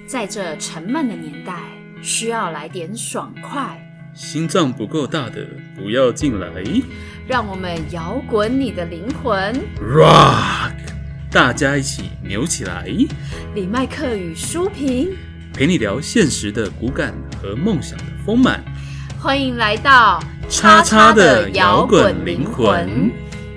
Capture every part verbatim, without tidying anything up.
在这沉闷的年代，需要来点爽快。 心脏不够大的不要进来， 让我们摇滚你的灵魂 Rock， 大家一起扭起来。 李麦克与舒平陪你聊现实的骨感和梦想的丰满。 欢迎来到叉叉的摇滚灵魂。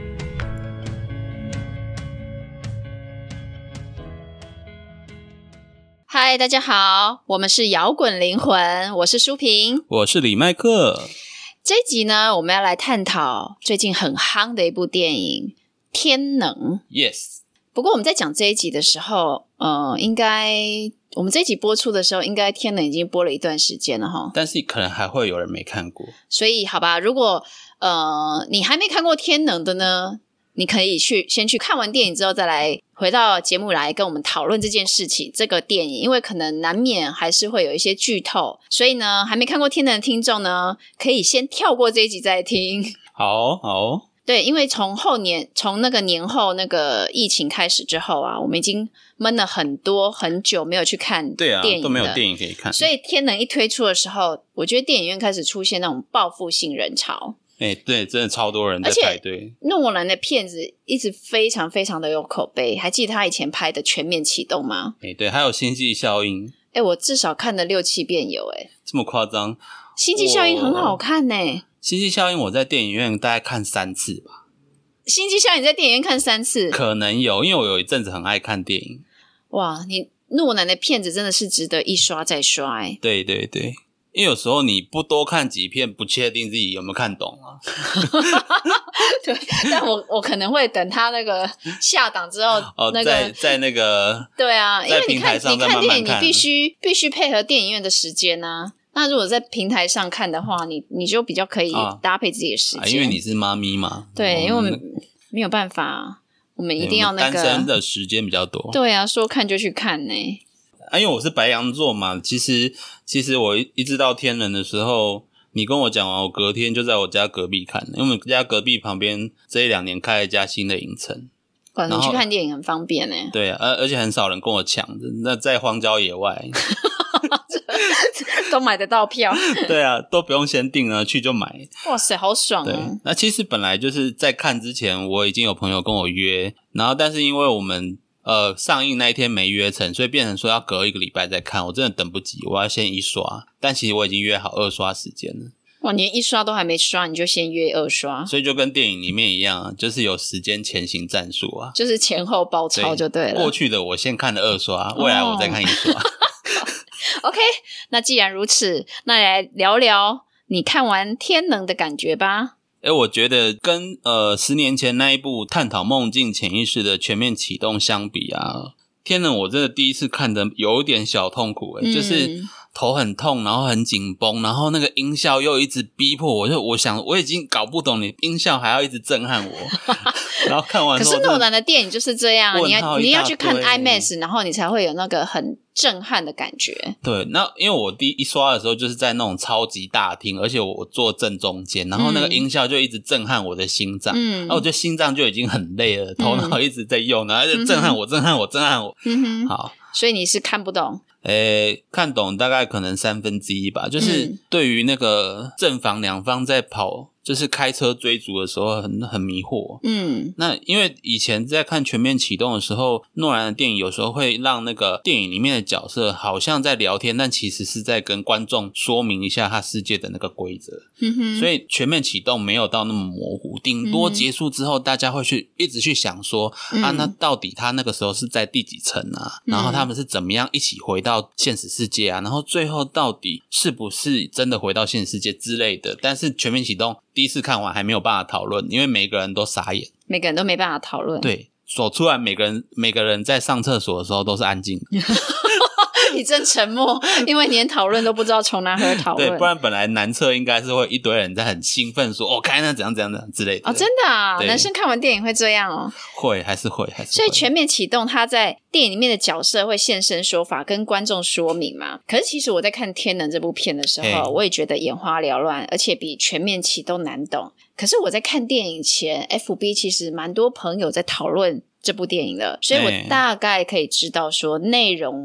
嗨，大家好，我们是摇滚灵魂，我是舒平， 我是李麦克。 这一集呢，我们要来探讨最近很夯的一部电影《天能》。 Yes。 不过我们在讲这一集的时候，呃，应该我们这一集播出的时候，应该《天能》已经播了一段时间了齁， 但是可能还会有人没看过， 所以好吧，如果呃你还没看过《天能》的呢，你可以去先去看完电影之后再来回到节目来跟我们讨论这件事情，这个电影，因为可能难免还是会有一些剧透，所以呢还没看过《天能》的听众呢，可以先跳过这一集再听。 好好。 对，因为从后年从那个年后那个疫情开始之后啊，我们已经闷了很多很久没有去看电影，对啊， 都没有电影可以看， 所以天能一推出的时候，我觉得电影院开始出现那种报复性人潮。 欸，对，真的超多人在排队。 诺兰的片子一直非常非常的有口碑，还记得他以前拍的《全面启动》吗？ 欸，对，还有星际效应。 欸，我至少看了六七遍有。欸， 这么夸张？ 星际效应很好看欸。 星际效应我在电影院大概看三次吧。 星际效应在电影院看三次？可能有，因为我有一阵子很爱看电影。 哇，你诺兰的片子真的是值得一刷再刷欸。 对对对，因为有时候你不多看几片，不确定自己有没有看懂啊。 对，但我我可能会等他那个下档之后， 哦， 那个在在那个对啊，因为你看你看电影，你必须必须配合电影院的时间啊。那如果在平台上看的话，你你就比较可以搭配自己的时间，啊， 因为你是妈咪嘛。 对，因为我们没有办法，我们一定要那个单身的时间比较多。 对啊，说看就去看呢。 啊，因为我是白羊座嘛，其实其实我一直到天人的时候，你跟我讲完，我隔天就在我家隔壁看，因为我们家隔壁旁边这一两年开了一家新的影城。 哇，你去看电影很方便耶。 对啊，而而且很少人跟我抢，那在荒郊野外都买得到票。 对啊，都不用先订了，去就买。 哇塞，好爽哦。 对，那其实本来就是在看之前，我已经有朋友跟我约，然后但是因为我们呃上映那一天没约成，所以变成说要隔一个礼拜再看，我真的等不及，我要先一刷。但其实我已经约好二刷时间了。 哇，连一刷都还没刷，你就先约二刷， 所以就跟电影里面一样啊，就是有时间前行战术啊， 就是前后包抄就对了。 过去的我先看了二刷，未来我再看一刷。哦 OK， 那既然如此，那来聊聊你看完《天能》的感觉吧。 欸，我觉得跟呃十年前那一部探讨梦境潜意识的全面启动相比啊，《天能》我真的第一次看的有一点小痛苦欸，嗯，就是头很痛，然后很紧绷，然后那个音效又一直逼迫我，就我想我已经搞不懂你音效还要一直震撼我。然后看完之后，可是诺兰的电影就是这样，你要你要去看 IMAX， 然后你才会有那个很震撼的感觉。 对，那因为我第一刷的时候就是在那种超级大厅，而且我坐正中间，然后那个音效就一直震撼我的心脏，嗯，然后我觉得心脏就已经很累了，头脑一直在用，然后就震撼我，震撼我，震撼我。嗯哼，好， 所以你是看不懂。 诶，看懂大概可能三分之一吧，就是对于那个正反两方在跑，就是开车追逐的时候很很迷惑。嗯，那因为以前在看全面启动的时候，诺兰的电影有时候会让那个电影里面的角色好像在聊天，但其实是在跟观众说明一下他世界的那个规则。嗯哼，所以全面启动没有到那么模糊，顶多结束之后大家会去一直去想说，嗯，啊，那到底他那个时候是在第几层啊，然后他们是怎么样一起回到现实世界啊，然后最后到底是不是真的回到现实世界之类的。但是全面启动第一次看完还没有办法讨论，因为每个人都傻眼， 每个人都没办法讨论。 对，走出来每个人每个人在上厕所的时候都是安静的。 你真沉默，因为连讨论都不知道从哪开始讨论。 对，不然本来男厕应该是会一堆人在很兴奋说哦，看那怎样怎样怎样之类的。 哦，真的啊，男生看完电影会这样哦？ 会，还是会，还是会。 所以全面启动他在电影里面的角色会现身说法，跟观众说明嘛。可是其实我在看《天能》这部片的时候，我也觉得眼花缭乱，而且比全面启动难懂。可是我在看电影前 F B 其实蛮多朋友在讨论这部电影的，所以我大概可以知道说内容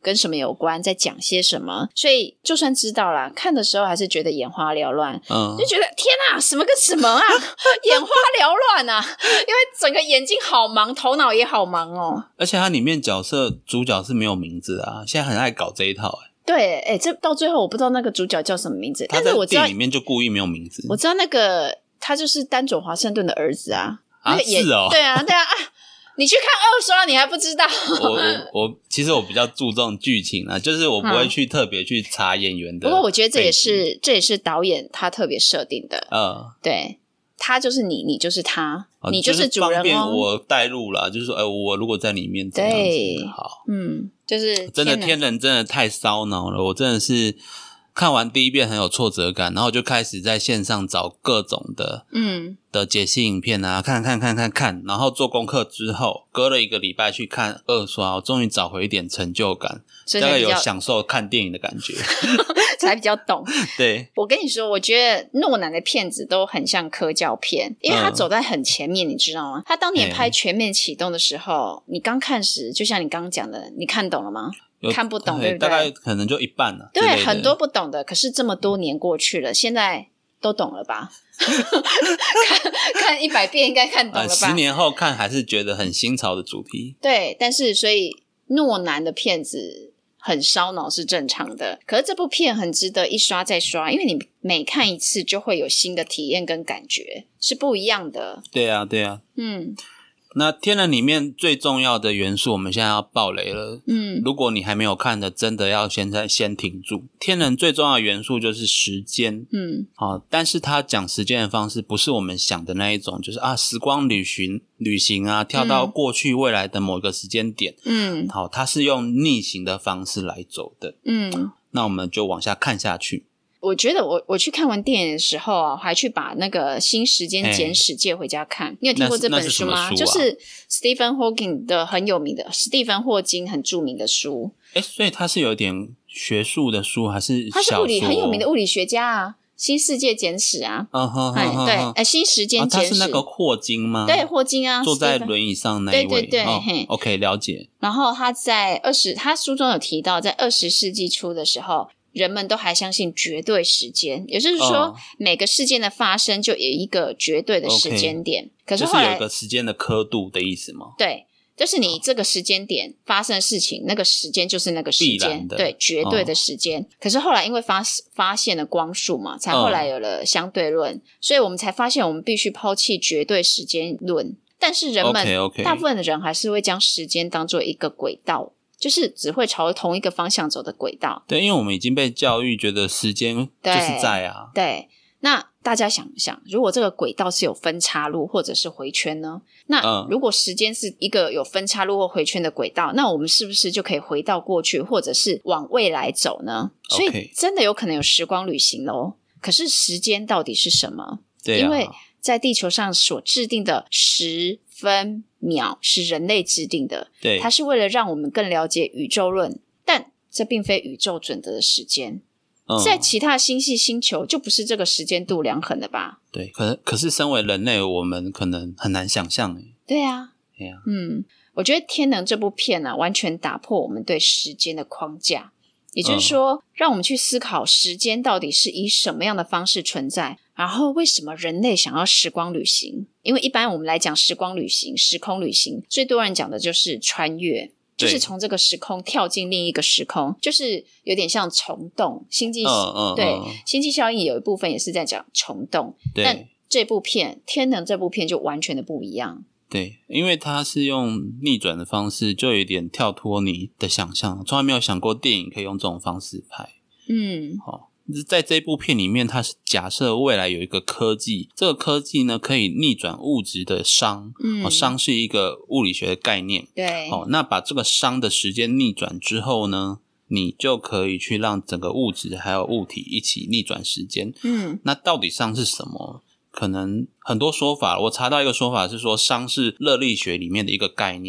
跟什么有关，在讲些什么，所以就算知道啦，看的时候还是觉得眼花缭乱，嗯，就觉得天啊，什么跟什么啊，眼花缭乱啊，因为整个眼睛好忙，头脑也好忙哦。 而且它里面角色主角是没有名字啊，现在很爱搞这一套欸。 对，哎，这到最后我不知道那个主角叫什么名字， 他在电影里面就故意没有名字。 我知道那个他就是丹佐华盛顿的儿子啊， 啊那个也是哦， 对啊，对啊，啊你去看二刷，你还不知道？ 我我我，其实我比较注重剧情啊，就是我不会去特别去查演员的。 不过我觉得这也是这也是导演他特别设定的。嗯，对，他就是你，你就是他，哦、你就是主人翁。 就是方便我带入啦，就是说，哎、呃，我如果在里面这样子， 对， 好， 嗯，就是真的天人真的太烧脑了，我真的是。看完第一遍很有挫折感，然后就开始在线上找各种的嗯的解析影片啊，看看看看看，然后做功课之后，隔了一个礼拜去看二刷，我终于找回一点成就感，大概有享受看电影的感觉， 才比较懂。 对， 我跟你说，我觉得诺兰的片子都很像科教片，因为他走在很前面，嗯、你知道吗？他当年拍《全面启动》的时候，你刚看时，就像你刚刚讲的，你看懂了吗？看不懂，对不对？ 大概可能就一半了。 对，很多不懂的。可是这么多年过去了，现在都懂了吧？看看一百遍应该看懂了吧？ 十、呃、年后看还是觉得很新潮的主题。 对，但是所以诺兰的片子很烧脑是正常的。可是这部片很值得一刷再刷，因为你每看一次就会有新的体验跟感觉，是不一样的。 对啊，对啊，嗯。那天人里面最重要的元素，我们现在要爆雷了。嗯，如果你还没有看的，真的要现在先停住。天人最重要的元素就是时间。嗯，好，但是他讲时间的方式不是我们想的那一种，就是啊，时光旅行旅行啊，跳到过去未来的某个时间点。嗯，好，他是用逆行的方式来走的。嗯，那我们就往下看下去。 我觉得我我去看完电影的时候啊，还去把那个新时间简史借回家看。你有听过这本书吗？ 书啊、 就是 Stephen Hawking 的很有名的史蒂芬霍金很著名的书。 诶，所以它是有点学术的书还是小说？ 他是物理很有名的物理学家啊，新世界简史啊。嗯哼哼哼，对，哎，新时间简史。 啊、他是那个霍金吗？ 对，霍金啊， 坐在轮椅上那一位。 对对对， 哦、OK， 了解。 然后他在二十，他书中有提到，在二十世纪初的时候。人们都还相信绝对时间，也就是说、哦、每个事件的发生就有一个绝对的时间点。Okay, 可是后来就是有一个时间的刻度的意思吗？ 对，就是你这个时间点发生的事情，那个时间就是那个时间，对，绝对的时间。哦、可是后来因为发发现了光速嘛，才后来有了相对论，嗯、所以我们才发现我们必须抛弃绝对时间论。但是人们 okay, okay. 大部分的人还是会将时间当作一个轨道。就是只会朝同一个方向走的轨道。 对，因为我们已经被教育觉得时间就是在啊。 对，对，那大家想想，如果这个轨道是有分岔路或者是回圈呢？那如果时间是一个有分岔路或回圈的轨道，那我们是不是就可以回到过去或者是往未来走呢？ Okay. 所以真的有可能有时光旅行咯。可是时间到底是什么？ 对啊， 因为在地球上所制定的时分秒是人类制定的， 对， 它是为了让我们更了解宇宙论，但这并非宇宙准则的时间。嗯、在其他星系星球就不是这个时间度量衡的吧？ 对，可是可是身为人类，我们可能很难想象诶。 对啊， 对啊， 嗯，我觉得《天能》这部片啊，完全打破我们对时间的框架。也就是说、嗯、让我们去思考时间到底是以什么样的方式存在，然后为什么人类想要时光旅行。因为一般我们来讲时光旅行时空旅行最多人讲的就是穿越，就是从这个时空跳进另一个时空，就是有点像虫洞。星际、嗯嗯、对星际效应有一部分也是在讲虫洞，但这部片天能这部片就完全的不一样。 对，因为它是用逆转的方式，就有点跳脱你的想象，从来没有想过电影可以用这种方式拍。嗯，好，在这部片里面，它是假设未来有一个科技，这个科技呢可以逆转物质的熵。嗯，哦，熵是一个物理学的概念。 对， 哦，那把这个熵的时间逆转之后呢，你就可以去让整个物质还有物体一起逆转时间。嗯，那到底熵是什么？可能很多说法，我查到一个说法是说熵是热力学里面的一个概念。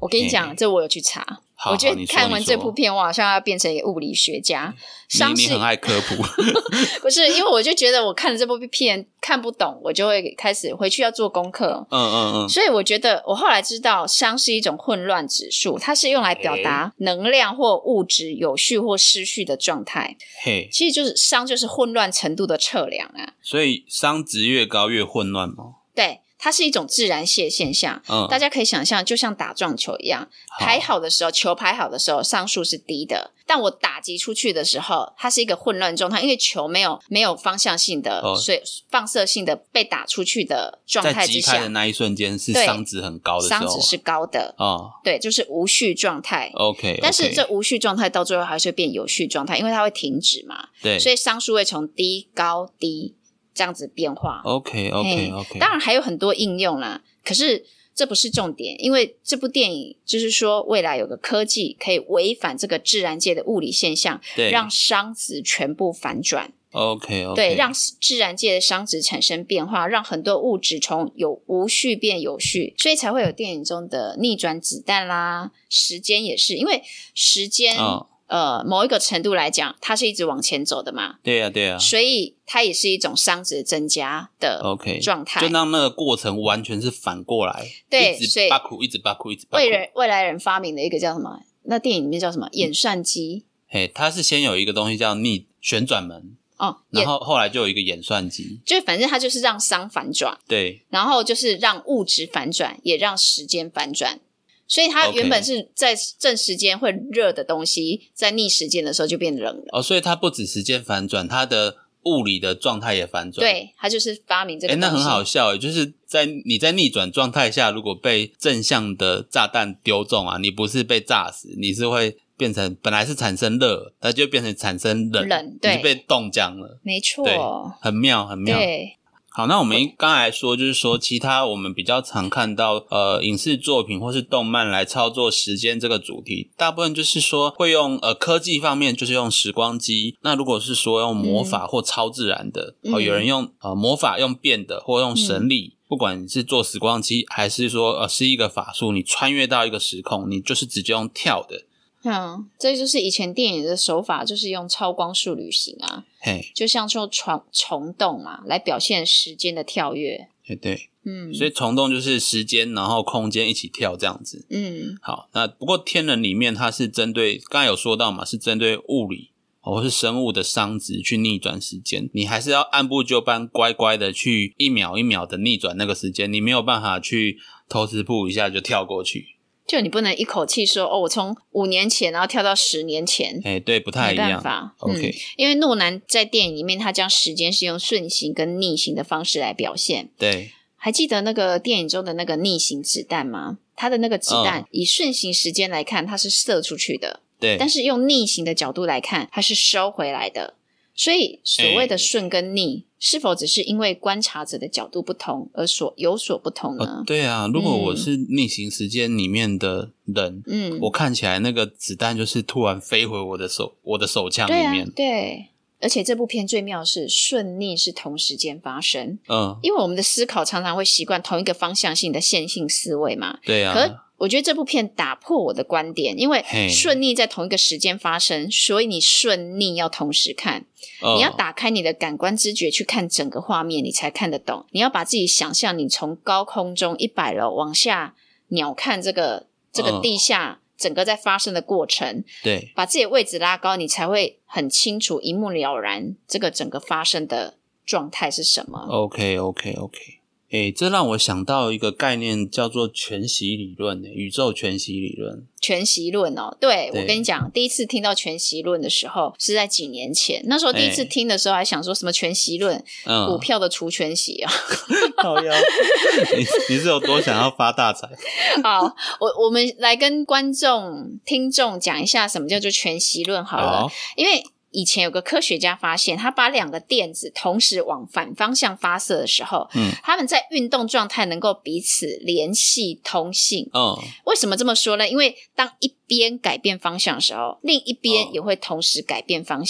我跟你讲，这我有去查。 好， 我觉得看完这部片，我好像要变成一个物理学家。 你你很爱科普， 不是？因为我就觉得我看了这部片看不懂，我就会开始回去要做功课。嗯嗯嗯。所以我觉得我后来知道，熵是一种混乱指数，它是用来表达能量或物质有序或失序的状态。嘿，其实就是熵就是混乱程度的测量啊。 所以熵值越高越混乱吗？ 对。它是一种自然界现象、嗯、大家可以想象就像打撞球一样，排好的时候球排好的时候熵数是低的，但我打击出去的时候它是一个混乱状态，因为球没有没有方向性的、哦、所以放射性的被打出去的状态之下， 在击开的那一瞬间是熵值很高的时候， 熵值是高的、哦、对，就是无序状态 OK， 但是这无序状态到最后还是会变有序状态，因为它会停止嘛，对，所以熵数会从低高低这样子变化。 OK OK OK， 当然还有很多应用啦，可是这不是重点，因为这部电影就是说未来有个科技可以违反这个自然界的物理现象，让熵值全部反转。 OK OK， 对，让自然界的熵值产生变化，让很多物质从有无序变有序，所以才会有电影中的逆转子弹啦。时间也是，因为时间、哦呃，某一个程度来讲它是一直往前走的嘛， 对啊对啊， 所以它也是一种熵值增加的状态、 okay, 就让那个过程完全是反过来， 对， 一直巴苦一直巴苦一直巴苦。 未来未来人发明的一个叫什么，那电影里面叫什么演算机， 嘿，它是先有一个东西叫逆旋转门哦，然后后来就有一个演算机， 就反正它就是让熵反转， 对， 然后就是让物质反转也让时间反转，所以它原本是在正时间会热的东西，在逆时间的时候就变冷了。 哦，所以它不止时间反转，它的物理的状态也反转。 对，它就是发明这个东西。 诶，那很好笑耶，就是在你在逆转状态下，如果被正向的炸弹丢中啊，你不是被炸死，你是会变成本来是产生热，它就变成产生冷， 冷，对， 你是被冻僵了。 没错， 对，很妙很妙。 对。 好，那我们刚才说就是说其他我们比较常看到呃影视作品或是动漫来操作时间这个主题，大部分就是说会用呃科技方面就是用时光机，那如果是说用魔法或超自然的、嗯哦、有人用呃魔法用变的或用神力、嗯、不管你是做时光机还是说呃是一个法术，你穿越到一个时空你就是直接用跳的。 嗯，这就是以前电影的手法，就是用超光速旅行啊，嘿，就像说虫虫洞嘛，来表现时间的跳跃。 对对，嗯，所以虫洞就是时间然后空间一起跳这样子。嗯，好，那不过天人里面它是针对刚才有说到嘛，是针对物理或是生物的熵值去逆转时间，你还是要按部就班乖乖的去一秒一秒的逆转那个时间，你没有办法去偷吃步一下就跳过去。 就你不能一口气说哦，我从五年前然后跳到十年前， 哎，对，不太一样， 没办法。 OK，、 嗯、因为诺兰在电影里面，他将时间是用顺行跟逆行的方式来表现。 对， 还记得那个电影中的那个逆行子弹吗？它的那个子弹、嗯、以顺行时间来看，它是射出去的，对，但是用逆行的角度来看，它是收回来的。所以所谓的顺跟逆、欸、是否只是因为观察者的角度不同而所有所不同呢、 哦、对啊，如果我是逆行时间里面的人、嗯、我看起来那个子弹就是突然飞回我的手我的手枪里面。 对啊，对，而且这部片最妙的是顺逆是同时间发生。嗯，因为我们的思考常常会习惯同一个方向性的线性思维嘛。 对啊， 可是我觉得这部片打破我的观点，因为顺逆在同一个时间发生，所以你顺逆要同时看、哦、你要打开你的感官知觉去看整个画面，你才看得懂。你要把自己想象你从高空中一百楼往下鸟瞰这个这个地下、哦、整个在发生的过程， 对， 把自己的位置拉高，你才会很清楚一目了然这个整个发生的状态是什么。 OK OK OK，诶，这让我想到一个概念叫做全息理论，宇宙全息理论。 全息论哦， 对，对，我跟你讲，第一次听到全息论的时候是在几年前，那时候第一次听的时候还想说什么全息论、嗯、股票的除权息啊。 好呀，你你是有多想要发大财？ 好，我我们来跟观众听众讲一下什么叫做全息论好了。好，因为以前有个科学家发现，他把两个电子同时往反方向发射的时候，嗯，他们在运动状态能够彼此联系通信。哦，为什么这么说呢？因为当一边改变方向的时候，另一边也会同时改变方向。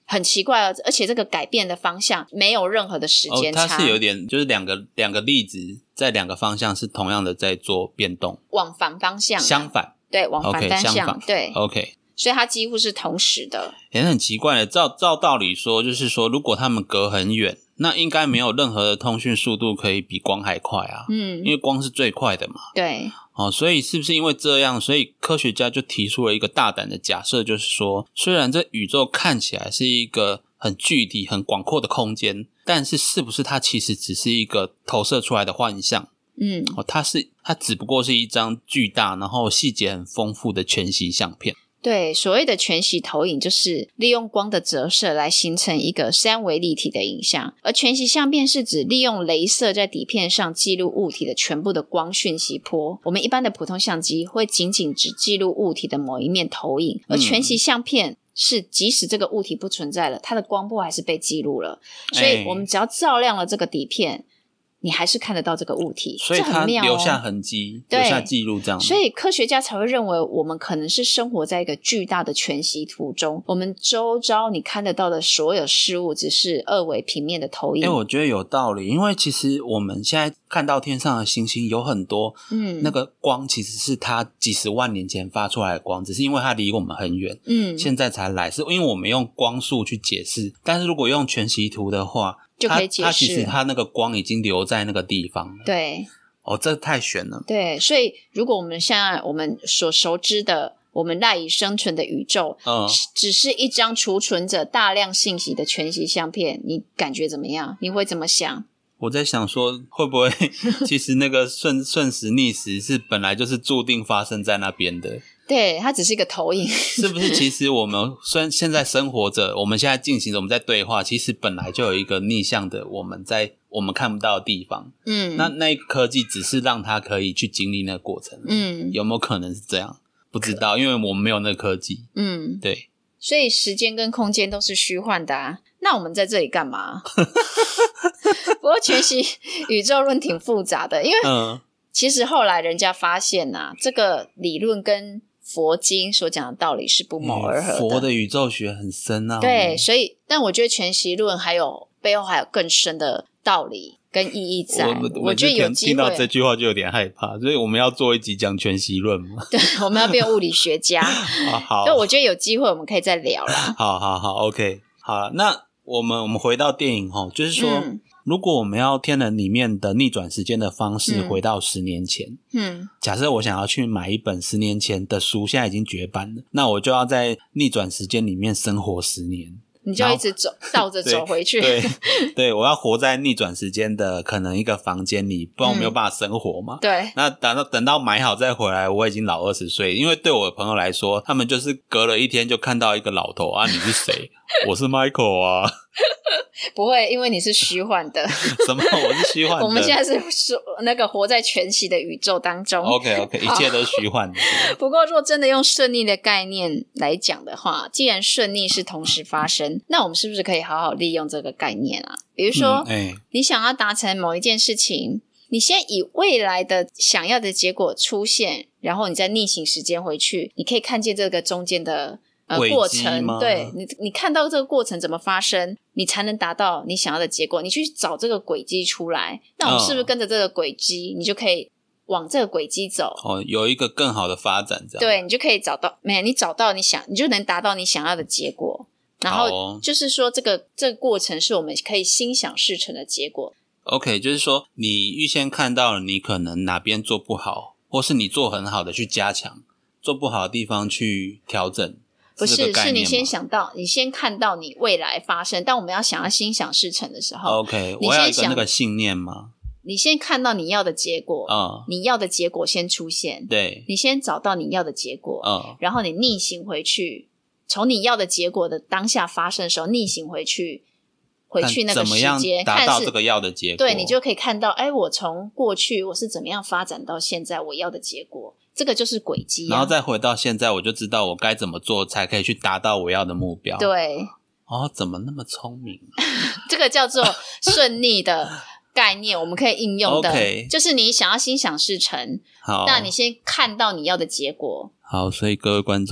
很奇怪哦，而且这个改变的方向没有任何的时间差。 哦，它是有点就是两个两个粒子在两个方向是同样的在做变动， 往反方向， 相反， 对，往反方向， okay, 相反对 OK， 所以它几乎是同时的。 也很奇怪的，照照道理说，就是说如果他们隔很远，那应该没有任何的通讯速度可以比光还快啊，嗯，因为光是最快的嘛， 对。 哦，所以是不是因为这样，所以科学家就提出了一个大胆的假设，就是说，虽然这宇宙看起来是一个很具体、很广阔的空间，但是是不是它其实只是一个投射出来的幻象？嗯，哦，它是它只不过是一张巨大，然后细节很丰富的全息相片。 对，所谓的全息投影就是利用光的折射来形成一个三维立体的影像，而全息相片是指利用雷射在底片上记录物体的全部的光讯息波。我们一般的普通相机会仅仅只记录物体的某一面投影，而全息相片是即使这个物体不存在了，它的光波还是被记录了，所以我们只要照亮了这个底片，你还是看得到这个物体， 所以它留下痕迹，留下记录这样。 所以科学家才会认为我们可能是生活在一个巨大的全息图中，我们周遭你看得到的所有事物只是二维平面的投影。 欸，我觉得有道理，因为其实我们现在看到天上的星星有很多，嗯，那个光其实是它几十万年前发出来的光，只是因为它离我们很远，嗯，现在才来，是因为我们用光速去解释。但是如果用全息图的话， 就可以解释， 它其实它那个光已经留在那个地方了。 对， 哦，这太悬了。 对，所以如果我们现在我们所熟知的我们赖以生存的宇宙，嗯，只是一张储存着大量信息的全息相片，你感觉怎么样？你会怎么想？ 我在想说，会不会其实那个顺顺时逆时是本来就是注定发生在那边的？ 对，它只是一个投影。 是不是其实我们虽然现在生活着，我们现在进行着，我们在对话，其实本来就有一个逆向的我们在我们看不到的地方。嗯，那那个科技只是让它可以去经历那个过程。嗯，有没有可能是这样？不知道，因为我们没有那个科技。嗯，对。 所以时间跟空间都是虚幻的啊，那我们在这里干嘛？不过全息宇宙论挺复杂的，因为其实后来人家发现啊，这个理论跟佛经所讲的道理是不谋而合的。 佛的宇宙学很深啊。 对，所以但我觉得全息论还有背后还有更深的道理跟意义在。 我, 我觉得有机会听到这句话就有点害怕，所以我们要做一集讲全息论嘛。 对，我们要变物理学家。 好好， 就我觉得有机会我们可以再聊啦。 好好好 OK 好了，那我们我们回到电影齁，就是说、嗯、如果我们要天能里面的逆转时间的方式回到十年前，嗯，假设我想要去买一本十年前的书，现在已经绝版了，那我就要在逆转时间里面生活十年， 你就一直走倒着走回去。 对 对, 对，我要活在逆转时间的可能一个房间里，不然我没有办法生活嘛。 嗯、对， 那等到等到买好再回来，我已经老二十岁，因为对我的朋友来说，他们就是隔了一天就看到一个老头啊，你是谁？我是 Michael 啊。 不会，因为你是虚幻的。 什么？我是虚幻的。 我们现在是那个活在全息的宇宙当中。 OK OK， 一切都是虚幻的。 不过，如果真的用顺逆的概念来讲的话，既然顺逆是同时发生，那我们是不是可以好好利用这个概念啊？比如说，嗯欸、你想要达成某一件事情，你先以未来的想要的结果出现，然后你再逆行时间回去，你可以看见这个中间的。呃，过程，对你，你看到这个过程怎么发生，你才能达到你想要的结果。你去找这个轨迹出来，那我们是不是跟着这个轨迹，你就可以往这个轨迹走？ 哦，有一个更好的发展，这样对，你就可以找到，没有你找到你想，你就能达到你想要的结果。然后就是说，这个这个过程是我们可以心想事成的结果。 OK， 就是说你预先看到了，你可能哪边做不好，或是你做很好的去加强，做不好的地方去调整。 不是，是你先想到，你先看到你未来发生，但我们要想要心想事成的时候 OK， 我要有一个那个信念吗？ 你先看到你要的结果，嗯，你要的结果先出现， 对， 你先找到你要的结果，嗯，然后你逆行回去，从你要的结果的当下发生的时候逆行回去，回去那个时间， 怎么样达到这个要的结果， 对，你就可以看到，哎，我从过去我是怎么样发展到现在我要的结果。这个就是轨迹、啊、 然后再回到现在，我就知道我该怎么做才可以去达到我要的目标。 对， 哦，怎么那么聪明、啊、 这个叫做顺逆的概念，我们可以应用的、okay. 就是你想要心想事成，好，那你先看到你要的结果。 好，所以各位观众，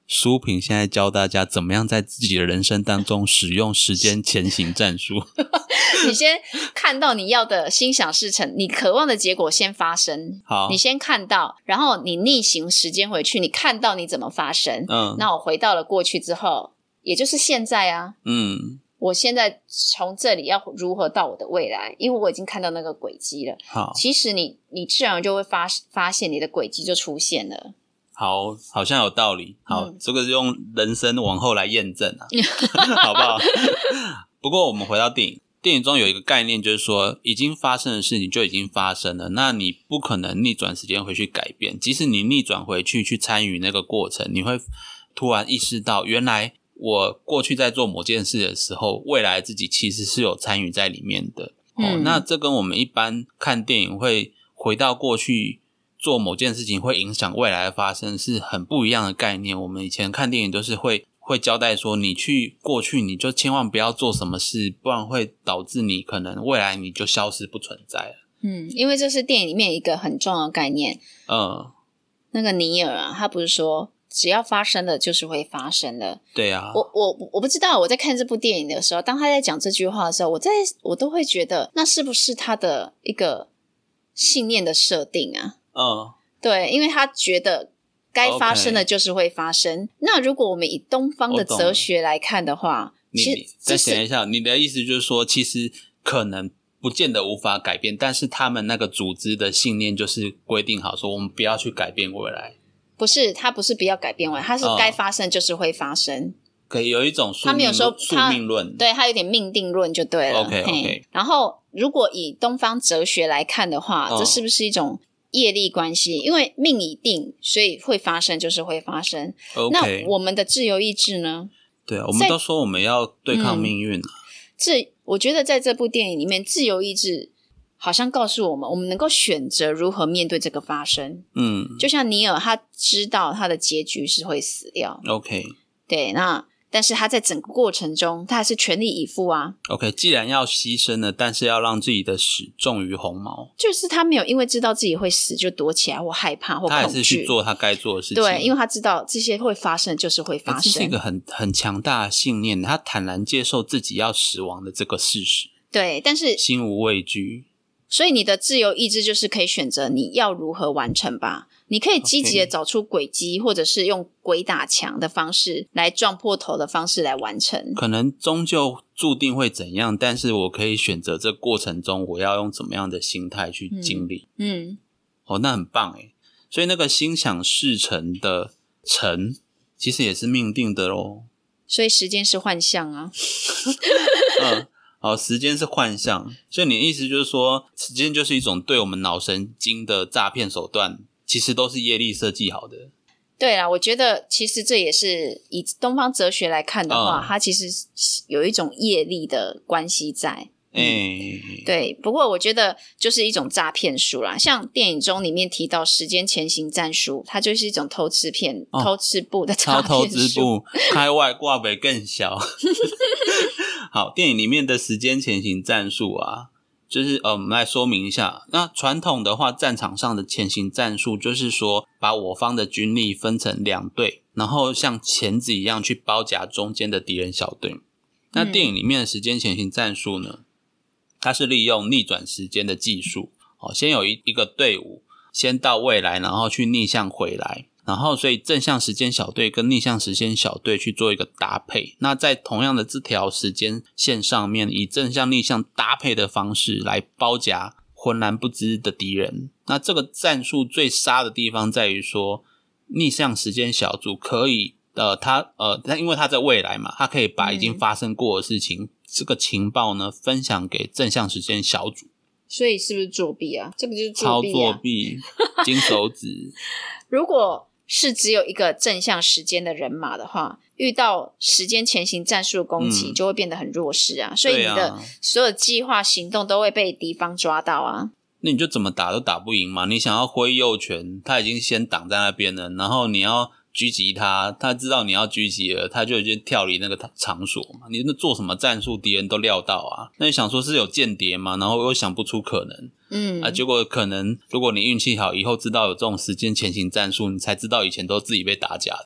书评现在教大家怎么样在自己的人生当中使用时间前行战术。 你先看到你要的心想事成，你渴望的结果先发生。 好， 你先看到，然后你逆行时间回去，你看到你怎么发生。 嗯， 那我回到了过去之后，也就是现在啊。 嗯， 我现在从这里要如何到我的未来，因为我已经看到那个轨迹了。 好， 其实你你自然就会发发现你的轨迹就出现了。 好，好像有道理。好， 嗯、 这个是用人生往后来验证啊，好不好？不过我们回到电影，电影中有一个概念，就是说已经发生的事情就已经发生了，那你不可能逆转时间回去改变。即使你逆转回去去参与那个过程，你会突然意识到，原来我过去在做某件事的时候，未来自己其实是有参与在里面的。嗯、哦，那这跟我们一般看电影会回到过去做某件事情会影响未来的发生是很不一样的概念。我们以前看电影都是会会交代说，你去过去你就千万不要做什么事，不然会导致你可能未来你就消失不存在了。 嗯，因为这是电影里面一个很重要的概念。 嗯， 那个尼尔啊，他不是说只要发生了就是会发生了。 对啊， 我我我不知道，我在看这部电影的时候，当他在讲这句话的时候，我在我都会觉得那是不是他的一个信念的设定啊？ 嗯， 对，因为他觉得该发生的就是会发生。Okay. 那如果我们以东方的哲学来看的话， 你其实再想一下，你的意思就是说，其实可能不见得无法改变，但是他们那个组织的信念就是规定好说，我们不要去改变未来。 不是，他不是不要改变未来，他是该发生就是会发生。嗯， 可以有一种宿命， 他没有说宿命论， 对，他有点命定论就对了。 OK OK。 然后，如果以东方哲学来看的话， 哦、 这是不是一种业力关系？因为命已定，所以会发生就是会发生。 Okay. 那我们的自由意志呢？ 对啊，我们都说我们要对抗命运啊。嗯、 这我觉得在这部电影里面，自由意志好像告诉我们，我们能够选择如何面对这个发生。嗯，就像尼尔，他知道他的结局是会死掉。 OK， 对，那但是他在整个过程中，他还是全力以赴啊。 OK， 既然要牺牲了，但是要让自己的死重于鸿毛， 就是他没有因为知道自己会死就躲起来或害怕或恐惧， 他还是去做他该做的事情。 对，因为他知道这些会发生，就是会发生。 这是一个很很强大的信念，他坦然接受自己要死亡的这个事实。 对，但是心无畏惧。 所以你的自由意志就是可以选择你要如何完成吧。你可以积极的找出轨迹， okay. 或者是用鬼打墙的方式来撞破头的方式来完成。 可能终究注定会怎样，但是我可以选择这过程中我要用怎么样的心态去经历。嗯，嗯哦，那很棒诶。所以那个心想事成的成，其实也是命定的咯。 所以时间是幻象啊。 嗯。哦，时间是幻象，所以你的意思就是说，时间就是一种对我们脑神经的诈骗手段，其实都是业力设计好的。 对啦，我觉得其实这也是以东方哲学来看的话，嗯、它其实有一种业力的关系在。嗯欸、对，不过我觉得就是一种诈骗术啦，像电影中里面提到时间前行战术，它就是一种偷吃骗、哦、偷吃步的诈骗术。 偷吃步，开外挂北更小。好，电影里面的时间前行战术啊，就是呃，我们来说明一下。那传统的话，战场上的前行战术就是说，把我方的军力分成两队，然后像钳子一样去包夹中间的敌人小队。那电影里面的时间前行战术呢？嗯，它是利用逆转时间的技术，哦，先有一一个队伍先到未来，然后去逆向回来，然后所以正向时间小队跟逆向时间小队去做一个搭配。那在同样的这条时间线上面，以正向逆向搭配的方式来包夹浑然不知的敌人。那这个战术最杀的地方在于说，逆向时间小组可以呃，他呃，因为他在未来嘛，他可以把已经发生过的事情。嗯，这个情报呢，分享给正向时间小组， 所以是不是作弊啊？这不就是作弊啊？ 超作弊，金手指。如果是只有一个正向时间的人马的话，遇到时间前行战术攻击，就会变得很弱势啊。嗯，所以你的所有计划行动都会被敌方抓到啊。 那你就怎么打都打不赢嘛。你想要挥右拳，他已经先挡在那边了，然后你要狙击他，他知道你要狙击了，他就已经跳离那个场所嘛。你那做什么战术，敌人都料到啊。那你想说是有间谍嘛，然后又想不出可能，嗯啊，结果可能如果你运气好，以后知道有这种时间前行战术，你才知道以前都自己被打假的。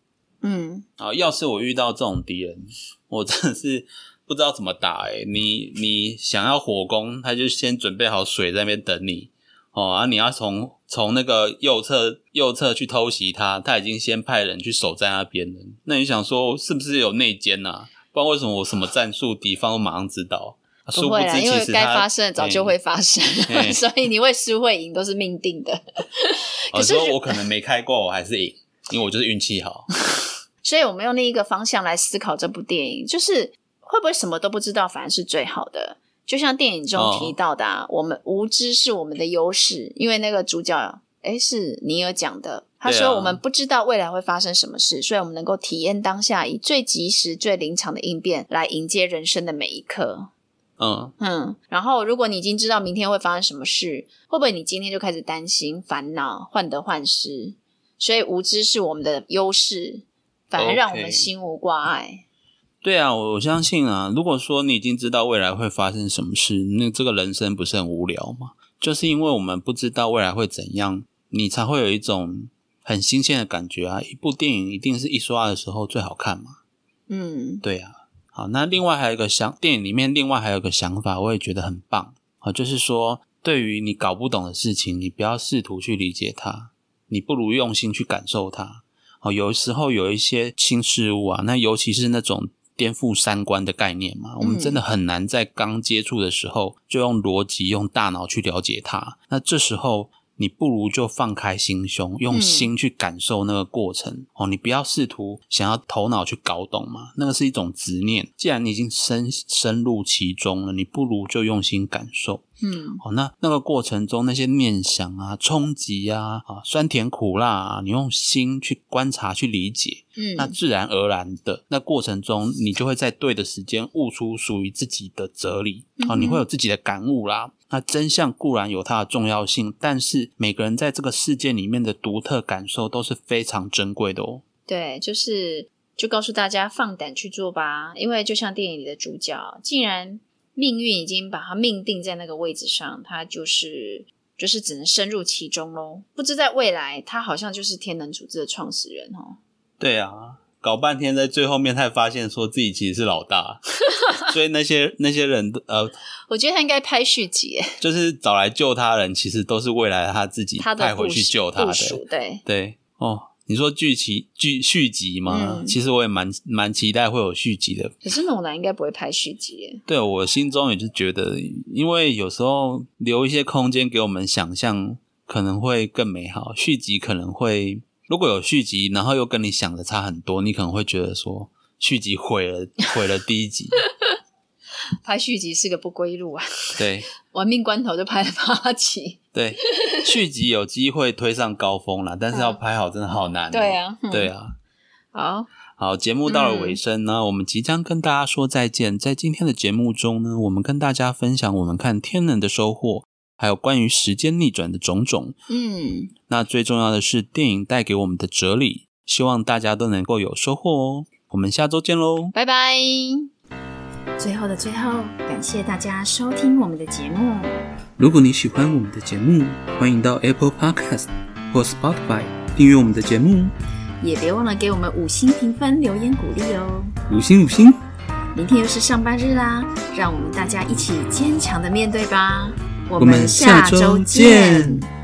嗯，啊，要是我遇到这种敌人，我真的是不知道怎么打欸。你你想要火攻，他就先准备好水在那边等你哦，啊，你要从从那个右侧右侧去偷袭他，他已经先派人去守在那边了。那你想说是不是有内奸啊？不然为什么我什么战术敌方都马上知道？ 不会啦，因为该发生的早就会发生，欸、所以你会输会赢都是命定的。 可是我可能没开过，我还是赢，因为我就是运气好。 所以我们用另一个方向来思考这部电影，就是会不会什么都不知道反而是最好的？就像电影中提到的、啊哦、我们无知是我们的优势，因为那个主角诶是尼尔讲的，他说我们不知道未来会发生什么事、啊、所以我们能够体验当下，以最及时最临场的应变来迎接人生的每一刻。嗯嗯，然后如果你已经知道明天会发生什么事，会不会你今天就开始担心烦恼患得患失？所以无知是我们的优势，反而让我们心无挂碍。Okay. 对啊，我相信啊，如果说你已经知道未来会发生什么事，那这个人生不是很无聊吗？就是因为我们不知道未来会怎样，你才会有一种很新鲜的感觉啊。一部电影一定是一刷的时候最好看嘛。嗯，对啊。好，那另外还有一个想电影里面另外还有一个想法我也觉得很棒，好，就是说对于你搞不懂的事情，你不要试图去理解它，你不如用心去感受它。好，有时候有一些新事物啊，那尤其是那种颠覆三观的概念嘛，我们真的很难在刚接触的时候就用逻辑用大脑去了解它，那这时候你不如就放开心胸，用心去感受那个过程、嗯、哦，你不要试图想要头脑去搞懂嘛，那个是一种执念。既然你已经深深入其中了，你不如就用心感受。嗯，哦，那那个过程中那些念想啊、冲击啊、啊酸甜苦辣啊，你用心去观察、去理解，嗯，那自然而然的，那过程中你就会在对的时间悟出属于自己的哲理，嗯、哦，你会有自己的感悟啦。那真相固然有它的重要性，但是每个人在这个世界里面的独特感受都是非常珍贵的哦。 对，就是就告诉大家放胆去做吧，因为就像电影里的主角，既然命运已经把他命定在那个位置上，他就是就是只能深入其中咯。不知在未来他好像就是天能组织的创始人哦。 对啊，搞半天在最后面他发现说自己其实是老大所以那些那些人呃， 我觉得他应该拍续集耶， 就是找来救他的人其实都是未来他自己派回去救他的。 对对哦，你说剧集剧续集吗、嗯、其实我也蛮蛮期待会有续集的。 可是诺兰应该不会拍续集耶。 对，我心中也就觉得，因为有时候留一些空间给我们想象可能会更美好，续集可能会如果有续集然后又跟你想的差很多，你可能会觉得说续集毁了毁了第一集拍续集是个不归路啊。 对， 玩命关头就拍了八集。 对，续集有机会推上高峰啦，但是要拍好真的好难、哦啊、 对啊、嗯、 对啊。 好好，节目到了尾声呢、嗯、我们即将跟大家说再见。在今天的节目中呢，我们跟大家分享我们看天能的收获，还有关于时间逆转的种种。嗯，那最重要的是电影带给我们的哲理，希望大家都能够有收获哦。我们下周见咯， 拜拜。 最后的最后，感谢大家收听我们的节目。 如果你喜欢我们的节目，欢迎到 Apple Podcast 或 Spotify 订阅我们的节目， 也别忘了给我们五星评分留言鼓励哦。 五星五星。 明天又是上班日啦，让我们大家一起坚强的面对吧。我们下周见。